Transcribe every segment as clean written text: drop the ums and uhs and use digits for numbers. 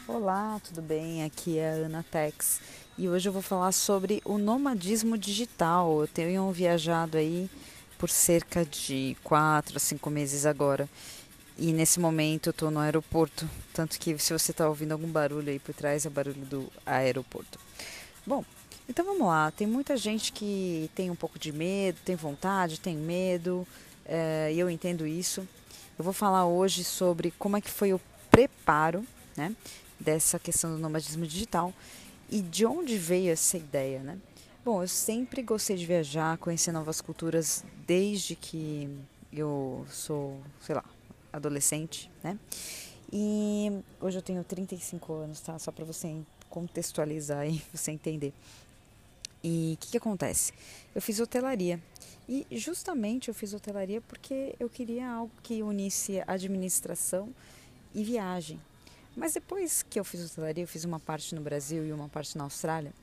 Olá, tudo bem? Aqui é a Ana Tex e hoje eu vou falar sobre o nomadismo digital. Eu tenho viajado aí por cerca de 4 a 5 meses agora e nesse momento eu estou no aeroporto, tanto que se você está ouvindo algum barulho aí por trás é barulho do aeroporto. Bom, então vamos lá. Tem muita gente que tem um pouco de medo, tem vontade, tem medo, e eu entendo isso. Eu vou falar hoje sobre como é que foi o preparo, né, dessa questão do nomadismo digital e de onde veio essa ideia, né? Bom, eu sempre gostei de viajar, conhecer novas culturas desde que eu sou, sei lá, adolescente, né? E hoje eu tenho 35 anos, tá? Só para você contextualizar e você entender. E o que acontece? Eu fiz hotelaria. E justamente eu fiz hotelaria porque eu queria algo que unisse administração e viagem. Mas depois que eu fiz hotelaria, eu fiz uma parte no Brasil e uma parte na Austrália,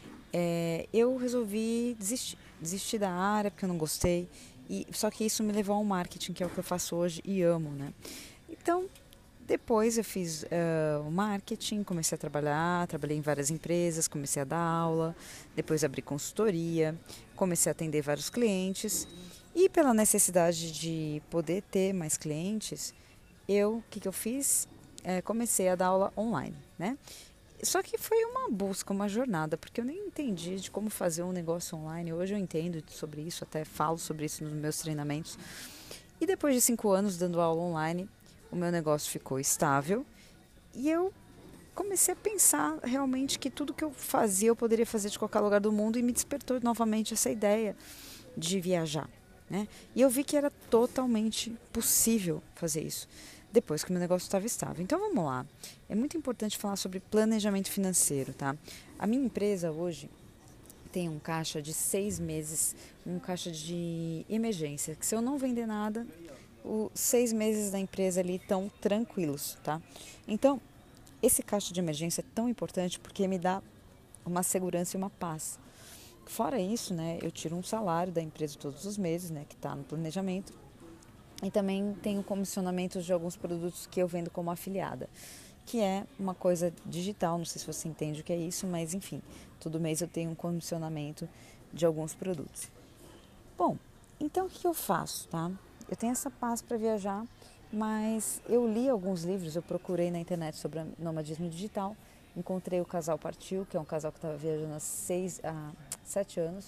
eu resolvi desistir da área porque eu não gostei. Só que isso me levou ao marketing, que é o que eu faço hoje e amo, né? Então, depois eu fiz o marketing, comecei a trabalhar, trabalhei em várias empresas, comecei a dar aula, depois abri consultoria, comecei a atender vários clientes e pela necessidade de poder ter mais clientes, o que eu fiz? Comecei a dar aula online, né? Só que foi uma busca, uma jornada, porque eu nem entendi de como fazer um negócio online. Hoje eu entendo sobre isso, até falo sobre isso nos meus treinamentos. E depois de 5 anos dando aula online, o meu negócio ficou estável e eu comecei a pensar realmente que tudo que eu fazia eu poderia fazer de qualquer lugar do mundo e me despertou novamente essa ideia de viajar, né? E eu vi que era totalmente possível fazer isso depois que o meu negócio estava estável. Então vamos lá. É muito importante falar sobre planejamento financeiro, tá? A minha empresa hoje tem um caixa de 6 meses, um caixa de emergência, que se eu não vender nada, os 6 meses da empresa ali estão tranquilos, tá? Então, esse caixa de emergência é tão importante porque me dá uma segurança e uma paz. Fora isso, né, eu tiro um salário da empresa todos os meses, né, que está no planejamento, e também tenho comissionamentos de alguns produtos que eu vendo como afiliada, que é uma coisa digital, não sei se você entende o que é isso, mas enfim, todo mês eu tenho um comissionamento de alguns produtos. Bom, então o que eu faço, tá? Eu tenho essa paz para viajar, mas eu li alguns livros, eu procurei na internet sobre nomadismo digital, encontrei o Casal Partiu, que é um casal que estava viajando há 7 anos,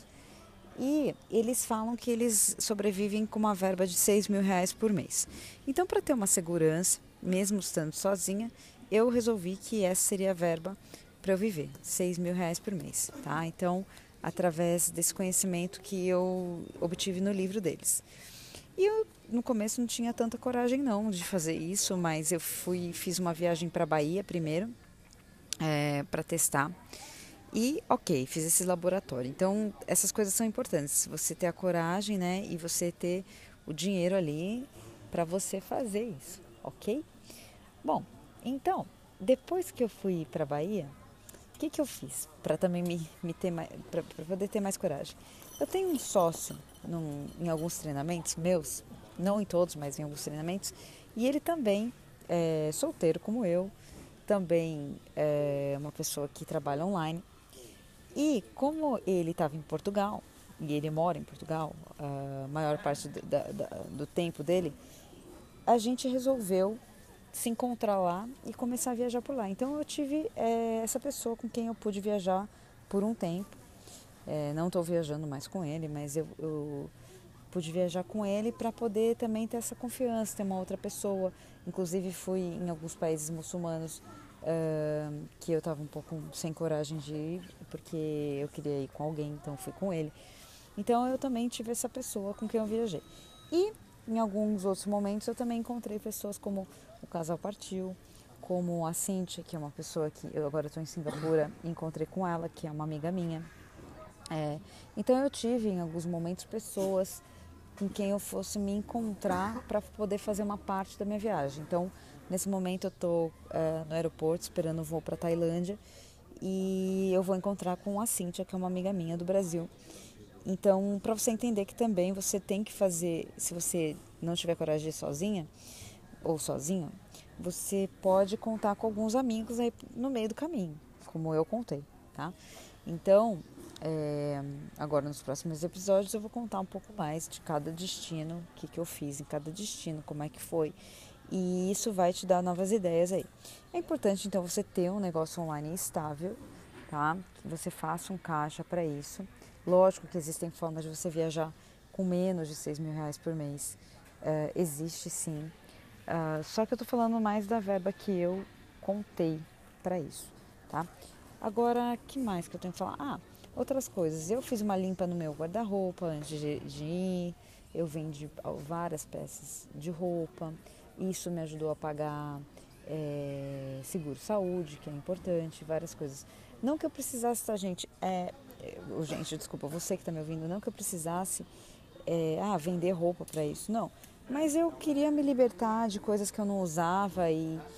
e eles falam que eles sobrevivem com uma verba de R$ 6.000 por mês. Então, para ter uma segurança, mesmo estando sozinha, eu resolvi que essa seria a verba para eu viver, R$ 6.000 por mês, tá? Então, através desse conhecimento que eu obtive no livro deles. E eu, no começo, não tinha tanta coragem não de fazer isso, mas eu fiz uma viagem para a Bahia primeiro, para testar. E, ok, fiz esse laboratório. Então, essas coisas são importantes. Você ter a coragem, né? E você ter o dinheiro ali para você fazer isso, ok? Bom, então, depois que eu fui para a Bahia, o que eu fiz para também me ter para poder ter mais coragem? Eu tenho um sócio em alguns treinamentos meus, não em todos, mas em alguns treinamentos, e ele também é solteiro como eu, também é uma pessoa que trabalha online. E como ele estava em Portugal, e ele mora em Portugal, a maior parte do tempo dele, a gente resolveu se encontrar lá e começar a viajar por lá. Então eu tive essa pessoa com quem eu pude viajar por um tempo. Não estou viajando mais com ele, mas eu pude viajar com ele para poder também ter essa confiança, ter uma outra pessoa. Inclusive fui em alguns países muçulmanos que eu estava um pouco sem coragem de ir, porque eu queria ir com alguém, então fui com ele. Então eu também tive essa pessoa com quem eu viajei. E em alguns outros momentos eu também encontrei pessoas como o Casal Partiu, como a Cíntia, que é uma pessoa que eu agora estou em Singapura, encontrei com ela, que é uma amiga minha. Então eu tive em alguns momentos pessoas com quem eu fosse me encontrar para poder fazer uma parte da minha viagem. Então, nesse momento eu estou no aeroporto esperando o voo para Tailândia e eu vou encontrar com a Cíntia, que é uma amiga minha do Brasil. Então, para você entender que também você tem que fazer, se você não tiver coragem de ir sozinha, ou sozinho, você pode contar com alguns amigos aí no meio do caminho, como eu contei, tá? Então, agora nos próximos episódios eu vou contar um pouco mais de cada destino, o que eu fiz em cada destino, como é que foi. E isso vai te dar novas ideias aí. É importante, então, você ter um negócio online estável, tá? Que você faça um caixa para isso. Lógico que existem formas de você viajar com menos de R$ 6.000 por mês. Existe sim. Só que eu tô falando mais da verba que eu contei para isso, tá? Agora, que mais que eu tenho que falar? Outras coisas. Eu fiz uma limpa no meu guarda-roupa antes de ir. Eu vendi várias peças de roupa. Isso me ajudou a pagar seguro-saúde, que é importante, várias coisas. Não que eu precisasse, tá, gente? Gente, desculpa, você que está me ouvindo, não que eu precisasse vender roupa para isso, não. Mas eu queria me libertar de coisas que eu não usava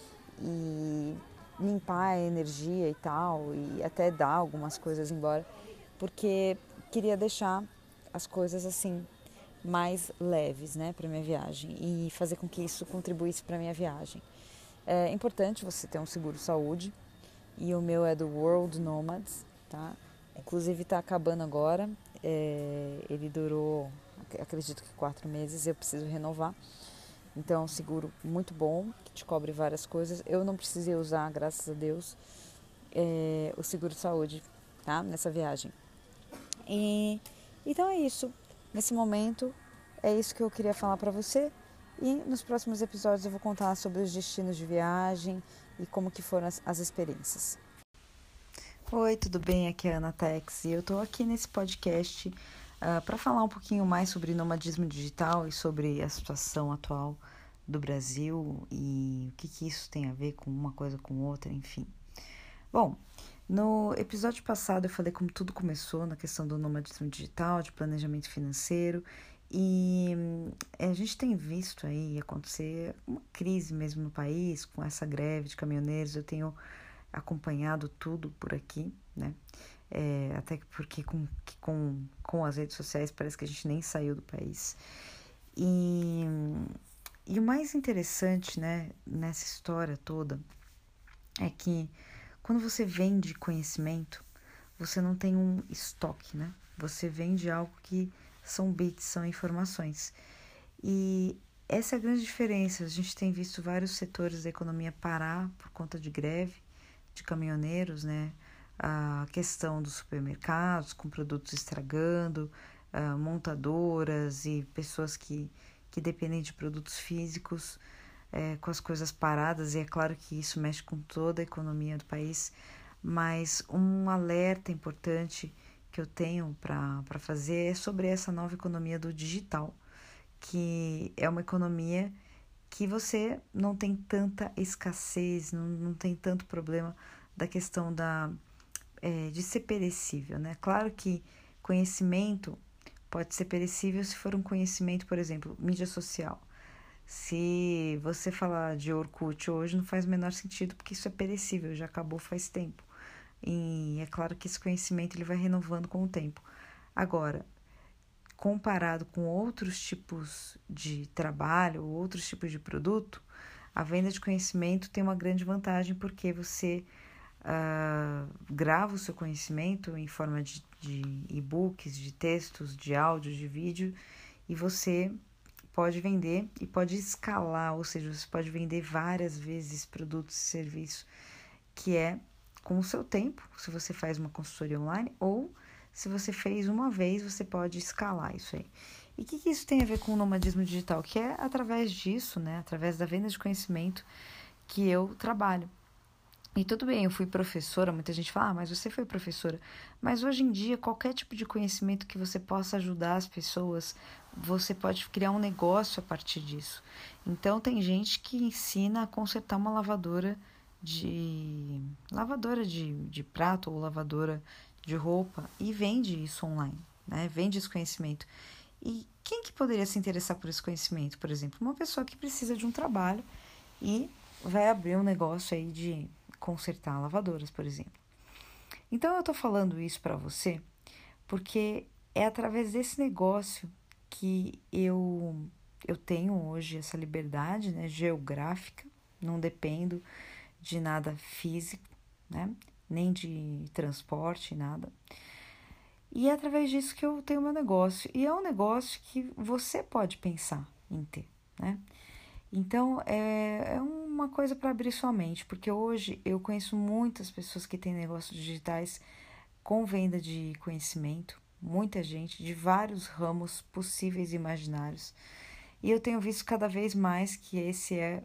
e limpar a energia e tal, e até dar algumas coisas embora, porque queria deixar as coisas assim mais leves, né, para minha viagem e fazer com que isso contribuísse para minha viagem. É importante você ter um seguro saúde e o meu é do World Nomads, tá? Inclusive está acabando agora. Ele durou, acredito que 4 meses. Eu preciso renovar. Então, é um seguro muito bom que te cobre várias coisas. Eu não precisei usar, graças a Deus, o seguro saúde, tá? Nessa viagem. Então é isso. Nesse momento, é isso que eu queria falar para você. E nos próximos episódios eu vou contar sobre os destinos de viagem e como que foram as experiências. Oi, tudo bem? Aqui é a Ana Tex e eu estou aqui nesse podcast para falar um pouquinho mais sobre nomadismo digital e sobre a situação atual do Brasil e o que isso tem a ver com uma coisa com outra, enfim. Bom, no episódio passado eu falei como tudo começou na questão do nomadismo digital, de planejamento financeiro e a gente tem visto aí acontecer uma crise mesmo no país com essa greve de caminhoneiros. Eu tenho acompanhado tudo por aqui, né? Até porque com as redes sociais parece que a gente nem saiu do país. E o mais interessante, né, nessa história toda é que quando você vende conhecimento, você não tem um estoque, né? Você vende algo que são bits, são informações. E essa é a grande diferença. A gente tem visto vários setores da economia parar por conta de greve de caminhoneiros, né? A questão dos supermercados com produtos estragando, montadoras e pessoas que dependem de produtos físicos, com as coisas paradas, e é claro que isso mexe com toda a economia do país, mas um alerta importante que eu tenho para fazer é sobre essa nova economia do digital, que é uma economia que você não tem tanta escassez, não tem tanto problema da questão de ser perecível, né? Claro que conhecimento pode ser perecível se for um conhecimento, por exemplo, mídia social. Se você falar de Orkut hoje, não faz o menor sentido, porque isso é perecível, já acabou faz tempo. E é claro que esse conhecimento ele vai renovando com o tempo. Agora, comparado com outros tipos de trabalho, outros tipos de produto, a venda de conhecimento tem uma grande vantagem, porque você grava o seu conhecimento em forma de e-books, de textos, de áudio, de vídeo, e você pode vender e pode escalar, ou seja, você pode vender várias vezes produtos e serviços, que é com o seu tempo, se você faz uma consultoria online, ou se você fez uma vez, você pode escalar isso aí. E o que isso tem a ver com o nomadismo digital? Que é através disso, né, através da venda de conhecimento, que eu trabalho. E tudo bem, eu fui professora, muita gente fala, mas você foi professora. Mas hoje em dia, qualquer tipo de conhecimento que você possa ajudar as pessoas, você pode criar um negócio a partir disso. Então, tem gente que ensina a consertar uma lavadora de prato ou lavadora de roupa e vende isso online, né? Vende esse conhecimento. E quem que poderia se interessar por esse conhecimento? Por exemplo, uma pessoa que precisa de um trabalho e vai abrir um negócio aí de consertar lavadoras, por exemplo. Então eu tô falando isso para você porque é através desse negócio que eu eu tenho hoje essa liberdade, né, geográfica, não dependo de nada físico, né, nem de transporte, nada. E é através disso que eu tenho meu negócio. E é um negócio que você pode pensar em ter, né? Então, é uma coisa para abrir sua mente, porque hoje eu conheço muitas pessoas que têm negócios digitais com venda de conhecimento, muita gente de vários ramos possíveis e imaginários. E eu tenho visto cada vez mais que esse é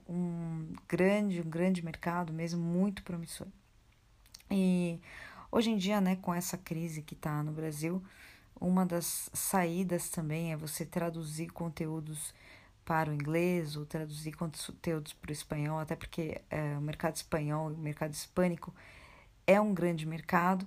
um grande mercado mesmo, muito promissor. E hoje em dia, né, com essa crise que está no Brasil, uma das saídas também é você traduzir conteúdos para o inglês ou traduzir conteúdos para o espanhol, até porque o mercado espanhol, o mercado hispânico é um grande mercado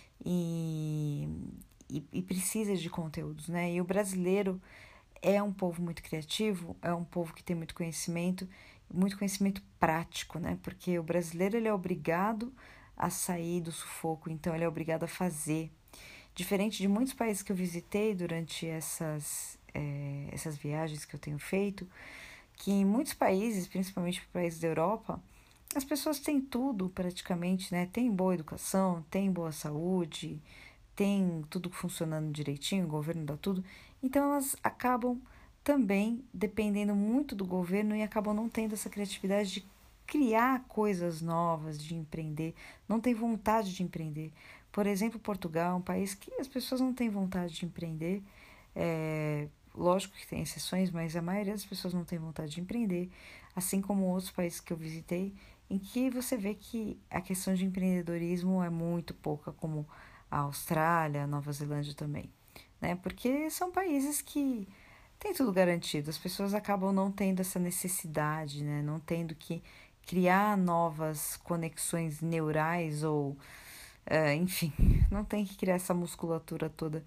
e, e precisa de conteúdos, né? E o brasileiro é um povo muito criativo, é um povo que tem muito conhecimento prático, né? Porque o brasileiro ele é obrigado a sair do sufoco, então ele é obrigado a fazer. Diferente de muitos países que eu visitei durante essas viagens que eu tenho feito, que em muitos países, principalmente países da Europa, as pessoas têm tudo praticamente, né? Tem boa educação, tem boa saúde, tem tudo funcionando direitinho, o governo dá tudo. Então elas acabam também dependendo muito do governo e acabam não tendo essa criatividade de criar coisas novas, de empreender, não tem vontade de empreender. Por exemplo, Portugal é um país que as pessoas não têm vontade de empreender. Lógico que tem exceções, mas a maioria das pessoas não tem vontade de empreender, assim como outros países que eu visitei, em que você vê que a questão de empreendedorismo é muito pouca, como a Austrália, a Nova Zelândia também, né? Porque são países que têm tudo garantido, as pessoas acabam não tendo essa necessidade, né? Não tendo que criar novas conexões neurais ou, enfim, não tem que criar essa musculatura toda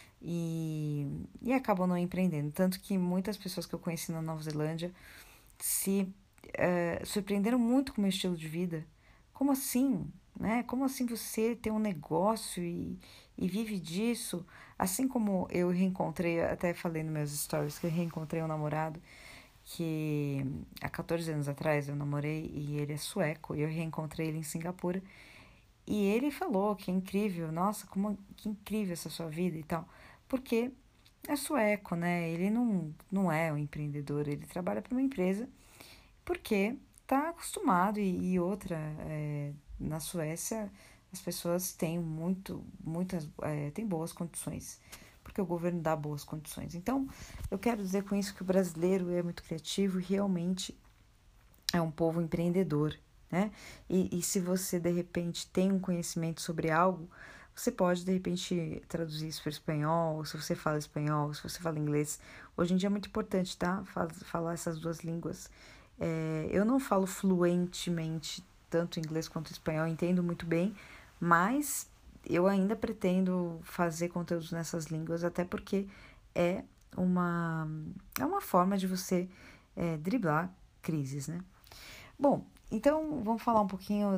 e acabam não empreendendo. Tanto que muitas pessoas que eu conheci na Nova Zelândia se surpreenderam muito com o meu estilo de vida. Como assim? Né? Como assim você tem um negócio e vive disso? Assim como eu reencontrei, até falei nos meus stories, que eu reencontrei um namorado que há 14 anos atrás eu namorei e ele é sueco e eu reencontrei ele em Singapura e ele falou que é incrível, nossa, que incrível essa sua vida e tal, porque é sueco, né? Ele não é um empreendedor, ele trabalha para uma empresa porque está acostumado e outra, na Suécia as pessoas têm têm boas condições, porque o governo dá boas condições. Então, eu quero dizer com isso que o brasileiro é muito criativo e realmente é um povo empreendedor, né? E se você, de repente, tem um conhecimento sobre algo, você pode, de repente, traduzir isso para o espanhol, se você fala espanhol, se você fala inglês. Hoje em dia é muito importante, tá? Falar essas duas línguas. Eu não falo fluentemente tanto inglês quanto espanhol, entendo muito bem, mas eu ainda pretendo fazer conteúdos nessas línguas, até porque é uma, é uma forma de você driblar crises, né? Bom, então vamos falar um pouquinho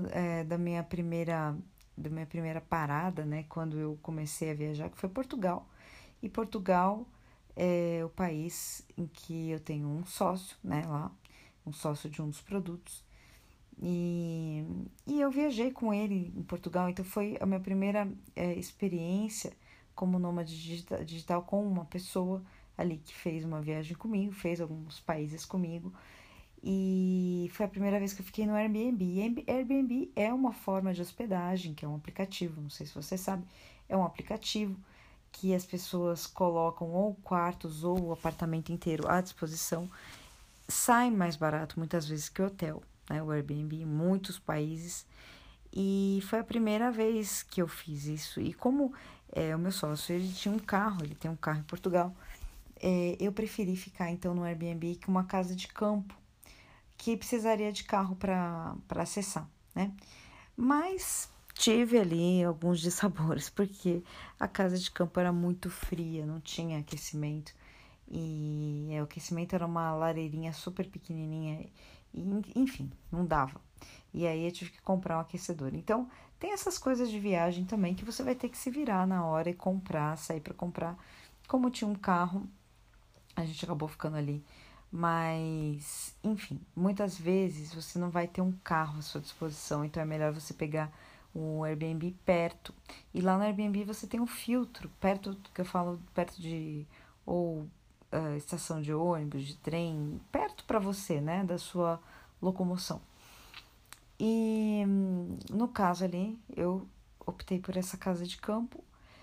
da minha primeira parada, né? Quando eu comecei a viajar, que foi Portugal. E Portugal é o país em que eu tenho um sócio, né? Lá, um sócio de um dos produtos. E eu viajei com ele em Portugal, então foi a minha primeira experiência como nômade digital com uma pessoa ali que fez uma viagem comigo, fez alguns países comigo. E foi a primeira vez que eu fiquei no Airbnb. E Airbnb é uma forma de hospedagem, que é um aplicativo, não sei se você sabe, é um aplicativo que as pessoas colocam ou quartos ou o apartamento inteiro à disposição. Sai mais barato muitas vezes que o hotel, né? O Airbnb em muitos países. E foi a primeira vez que eu fiz isso. E como o meu sócio ele tinha um carro, ele tem um carro em Portugal, eu preferi ficar então no Airbnb que uma casa de campo que precisaria de carro para acessar, né? Mas tive ali alguns dissabores, porque a casa de campo era muito fria, não tinha aquecimento. E o aquecimento era uma lareirinha super pequenininha, e, enfim, não dava. E aí eu tive que comprar um aquecedor. Então, tem essas coisas de viagem também que você vai ter que se virar na hora e comprar, sair para comprar. Como tinha um carro, a gente acabou ficando ali Mas, enfim, muitas vezes você não vai ter um carro à sua disposição, então é melhor você pegar um Airbnb perto. E lá no Airbnb você tem um filtro, perto, que eu falo, perto de, ou estação de ônibus, de trem, perto para você, né, da sua locomoção. E no caso ali, eu optei por essa casa de campo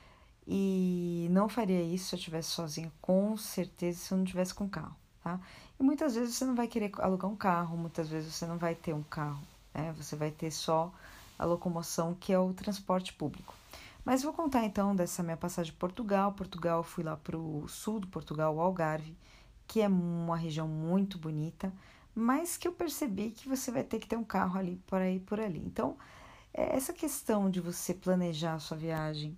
e não faria isso se eu estivesse sozinha, com certeza, se eu não tivesse com carro, tá? E muitas vezes você não vai querer alugar um carro, muitas vezes você não vai ter um carro, né? Você vai ter só a locomoção, que é o transporte público. Mas vou contar então dessa minha passagem de Portugal. Portugal, eu fui lá para o sul do Portugal, o Algarve, que é uma região muito bonita, mas que eu percebi que você vai ter que ter um carro ali por aí por ali. Então, essa questão de você planejar a sua viagem,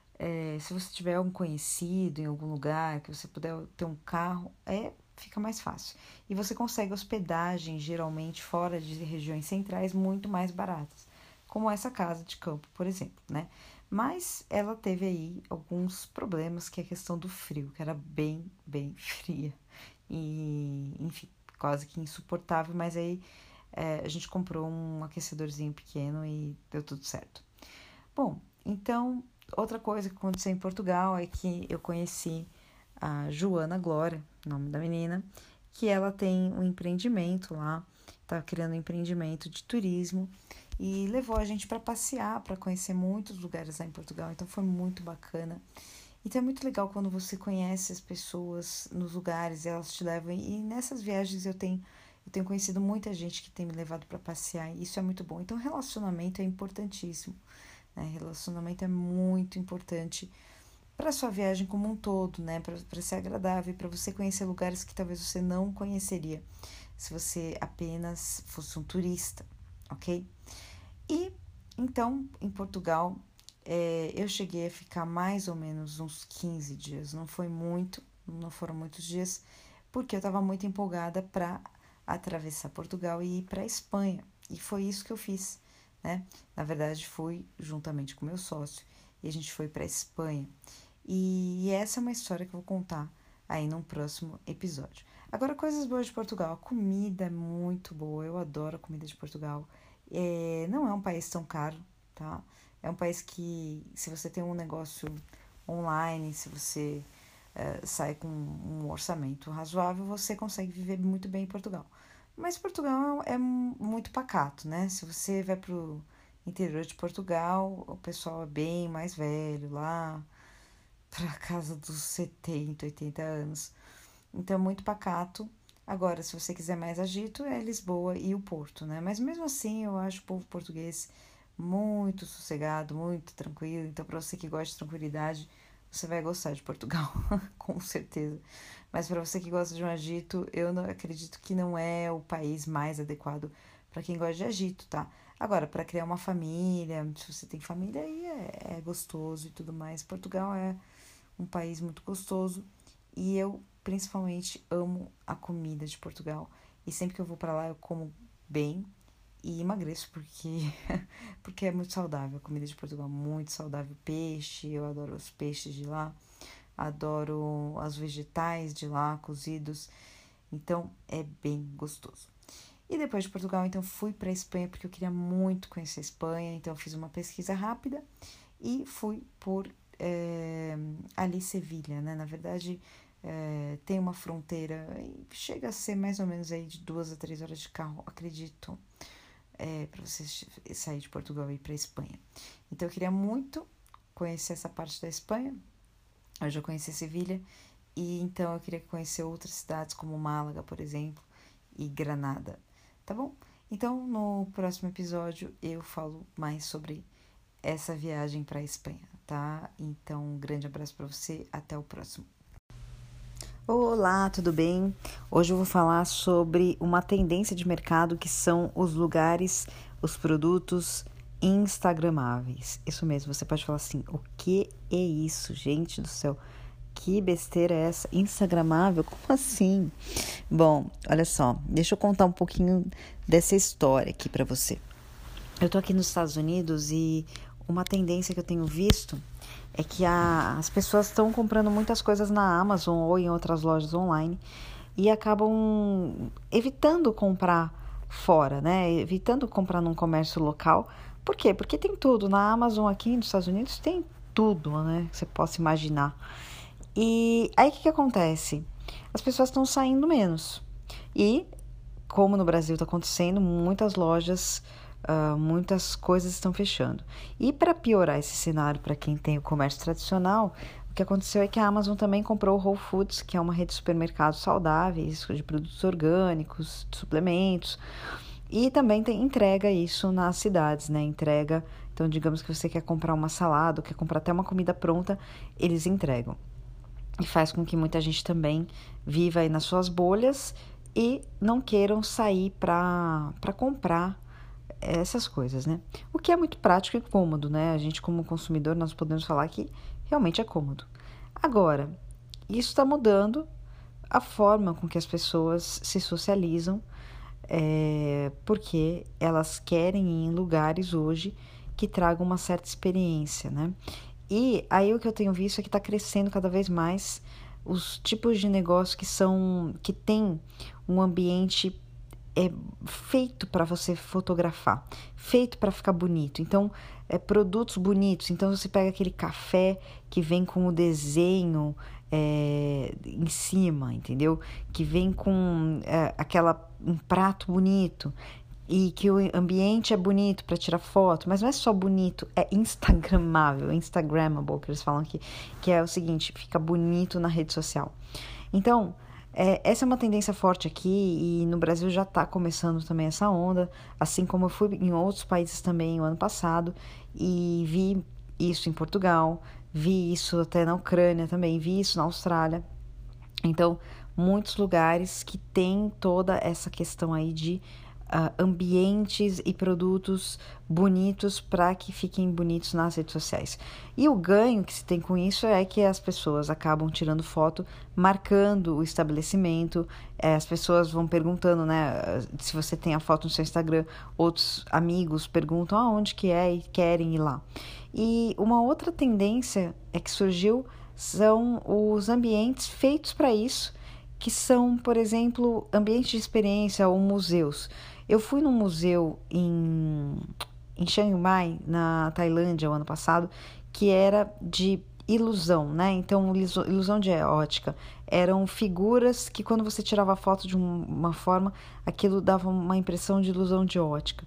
se você tiver um conhecido em algum lugar, que você puder ter um carro, fica mais fácil. E você consegue hospedagem, geralmente, fora de regiões centrais, muito mais baratas. Como essa casa de campo, por exemplo, né? Mas ela teve aí alguns problemas, que é a questão do frio, que era bem, bem fria. E, enfim, quase que insuportável, mas aí a gente comprou um aquecedorzinho pequeno e deu tudo certo. Bom, então, outra coisa que aconteceu em Portugal é que eu conheci a Joana Glória, nome da menina, que ela tem um empreendimento lá, tá criando um empreendimento de turismo e levou a gente para passear, para conhecer muitos lugares lá em Portugal, então foi muito bacana. Então é muito legal quando você conhece as pessoas nos lugares, elas te levam, e nessas viagens eu tenho conhecido muita gente que tem me levado para passear, e isso é muito bom. Então relacionamento é importantíssimo, né? Relacionamento é muito importante para sua viagem como um todo, né? Para ser agradável, para você conhecer lugares que talvez você não conheceria se você apenas fosse um turista, ok? E então, em Portugal, eu cheguei a ficar mais ou menos uns 15 dias, não foi muito, não foram muitos dias, porque eu estava muito empolgada para atravessar Portugal e ir para a Espanha, e foi isso que eu fiz, né? Na verdade, fui juntamente com meu sócio e a gente foi para a Espanha. E essa é uma história que eu vou contar aí num próximo episódio. Agora, coisas boas de Portugal. A comida é muito boa, eu adoro a comida de Portugal. Não é um país tão caro, tá? É um país que, se você tem um negócio online, se você sai com um orçamento razoável, você consegue viver muito bem em Portugal. Mas Portugal é muito pacato, né? Se você vai pro interior de Portugal, o pessoal é bem mais velho lá, pra casa dos 70, 80 anos. Então é muito pacato. Agora, se você quiser mais agito, é Lisboa e o Porto, né? Mas mesmo assim, eu acho o povo português muito sossegado, muito tranquilo. Então, para você que gosta de tranquilidade, você vai gostar de Portugal, com certeza. Mas para você que gosta de um agito, eu não acredito que não é o país mais adequado para quem gosta de agito, tá? Agora, para criar uma família, se você tem família, aí é gostoso e tudo mais. Portugal é um país muito gostoso e eu principalmente amo a comida de Portugal. E sempre que eu vou para lá eu como bem e emagreço porque é muito saudável. A comida de Portugal é muito saudável. Peixe, eu adoro os peixes de lá. Adoro os vegetais de lá, cozidos. Então é bem gostoso. E depois de Portugal, então fui para a Espanha porque eu queria muito conhecer a Espanha. Então fiz uma pesquisa rápida e fui por ali Sevilha, né? Na verdade, tem uma fronteira e chega a ser mais ou menos aí de 2 a 3 horas de carro, acredito, para você sair de Portugal e ir para a Espanha. Então eu queria muito conhecer essa parte da Espanha. Eu já conheci Sevilha e então eu queria conhecer outras cidades como Málaga, por exemplo, e Granada, tá bom? Então no próximo episódio eu falo mais sobre essa viagem para a Espanha, tá? Então um grande abraço para você, até o próximo. Olá, tudo bem? Hoje eu vou falar sobre uma tendência de mercado que são os lugares, os produtos instagramáveis. Isso mesmo, você pode falar assim, o que é isso, gente do céu? Que besteira é essa? Instagramável? Como assim? Bom, olha só, deixa eu contar um pouquinho dessa história aqui pra você. Eu tô aqui nos Estados Unidos e uma tendência que eu tenho visto é que as pessoas estão comprando muitas coisas na Amazon ou em outras lojas online e acabam evitando comprar fora, né? Evitando comprar num comércio local. Por quê? Porque tem tudo. Na Amazon aqui nos Estados Unidos tem tudo, né? Que você possa imaginar. E aí o que acontece? As pessoas estão saindo menos. E, como no Brasil está acontecendo, muitas lojas, muitas coisas estão fechando. E para piorar esse cenário para quem tem o comércio tradicional, o que aconteceu é que a Amazon também comprou o Whole Foods, que é uma rede de supermercados saudáveis, de produtos orgânicos, de suplementos. E também entrega isso nas cidades, né? Entrega, então digamos que você quer comprar uma salada, ou quer comprar até uma comida pronta, eles entregam. E faz com que muita gente também viva aí nas suas bolhas e não queiram sair para comprar essas coisas, né? O que é muito prático e cômodo, né? A gente como consumidor, nós podemos falar que realmente é cômodo. Agora, isso está mudando a forma com que as pessoas se socializam, porque elas querem ir em lugares hoje que tragam uma certa experiência, né? E aí o que eu tenho visto é que está crescendo cada vez mais os tipos de negócio que tem um ambiente feito para você fotografar, feito para ficar bonito. Então, produtos bonitos. Então, você pega aquele café que vem com o desenho em cima, entendeu? Que vem com um prato bonito. E que o ambiente é bonito para tirar foto, mas não é só bonito, é instagramável, instagrammable, que eles falam aqui, que é o seguinte, fica bonito na rede social. Então, essa é uma tendência forte aqui e no Brasil já está começando também essa onda, assim como eu fui em outros países também o ano passado e vi isso em Portugal, vi isso até na Ucrânia também, vi isso na Austrália. Então, muitos lugares que tem toda essa questão aí de ambientes e produtos bonitos para que fiquem bonitos nas redes sociais. E o ganho que se tem com isso é que as pessoas acabam tirando foto, marcando o estabelecimento, as pessoas vão perguntando, né, se você tem a foto no seu Instagram, outros amigos perguntam aonde que é e querem ir lá. E uma outra tendência que surgiu são os ambientes feitos para isso, que são, por exemplo, ambientes de experiência ou museus. Eu fui num museu em Chiang Mai, na Tailândia, o ano passado, que era de ilusão, né? Então, ilusão de ótica. Eram figuras que, quando você tirava a foto de uma forma, aquilo dava uma impressão de ilusão de ótica.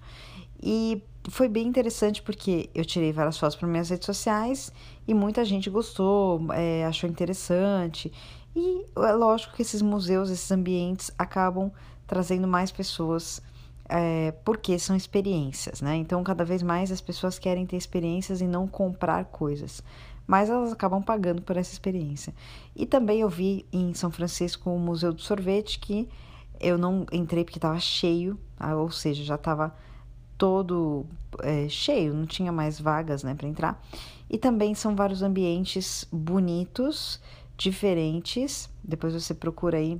E foi bem interessante porque eu tirei várias fotos para minhas redes sociais e muita gente gostou, achou interessante. E é lógico que esses museus, esses ambientes acabam trazendo mais pessoas, porque são experiências, né? Então, cada vez mais as pessoas querem ter experiências e não comprar coisas, mas elas acabam pagando por essa experiência. E também eu vi em São Francisco o Museu do Sorvete, que eu não entrei porque estava cheio, ou seja, já estava todo cheio, não tinha mais vagas, né, para entrar. E também são vários ambientes bonitos, diferentes. Depois você procura aí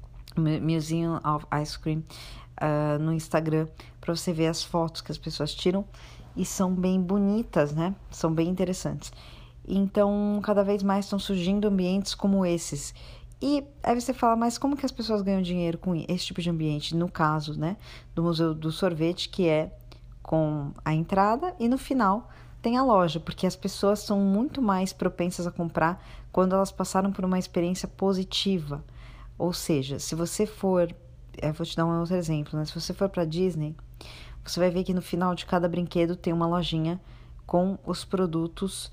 Museum of Ice Cream no Instagram para você ver as fotos que as pessoas tiram e são bem bonitas, né? São bem interessantes. Então, cada vez mais estão surgindo ambientes como esses. E aí você fala, mas como que as pessoas ganham dinheiro com esse tipo de ambiente? No caso, né, do Museu do Sorvete, que é com a entrada e no final tem a loja, porque as pessoas são muito mais propensas a comprar quando elas passaram por uma experiência positiva. Ou seja, se você for, vou te dar um outro exemplo, né? Se você for para Disney, você vai ver que no final de cada brinquedo tem uma lojinha com os produtos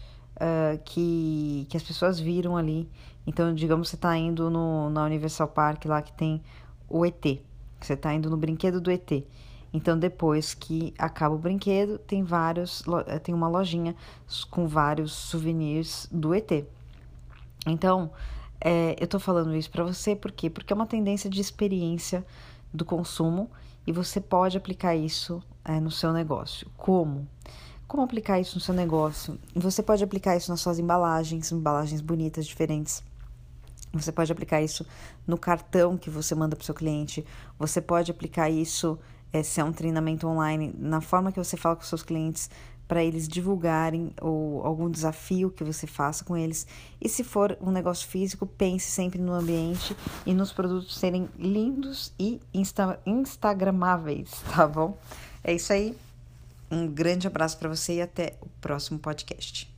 que as pessoas viram ali. Então, digamos, você está indo na Universal Park lá que tem o ET, você está indo no brinquedo do ET. Então, depois que acaba o brinquedo, tem uma lojinha com vários souvenirs do ET. Então, eu estou falando isso para você, por quê? Porque é uma tendência de experiência do consumo e você pode aplicar isso no seu negócio. Como? Como aplicar isso no seu negócio? Você pode aplicar isso nas suas embalagens bonitas, diferentes. Você pode aplicar isso no cartão que você manda para o seu cliente. Você pode aplicar isso, se é um treinamento online, na forma que você fala com seus clientes para eles divulgarem ou algum desafio que você faça com eles. E se for um negócio físico, pense sempre no ambiente e nos produtos serem lindos e instagramáveis, tá bom? É isso aí. Um grande abraço para você e até o próximo podcast.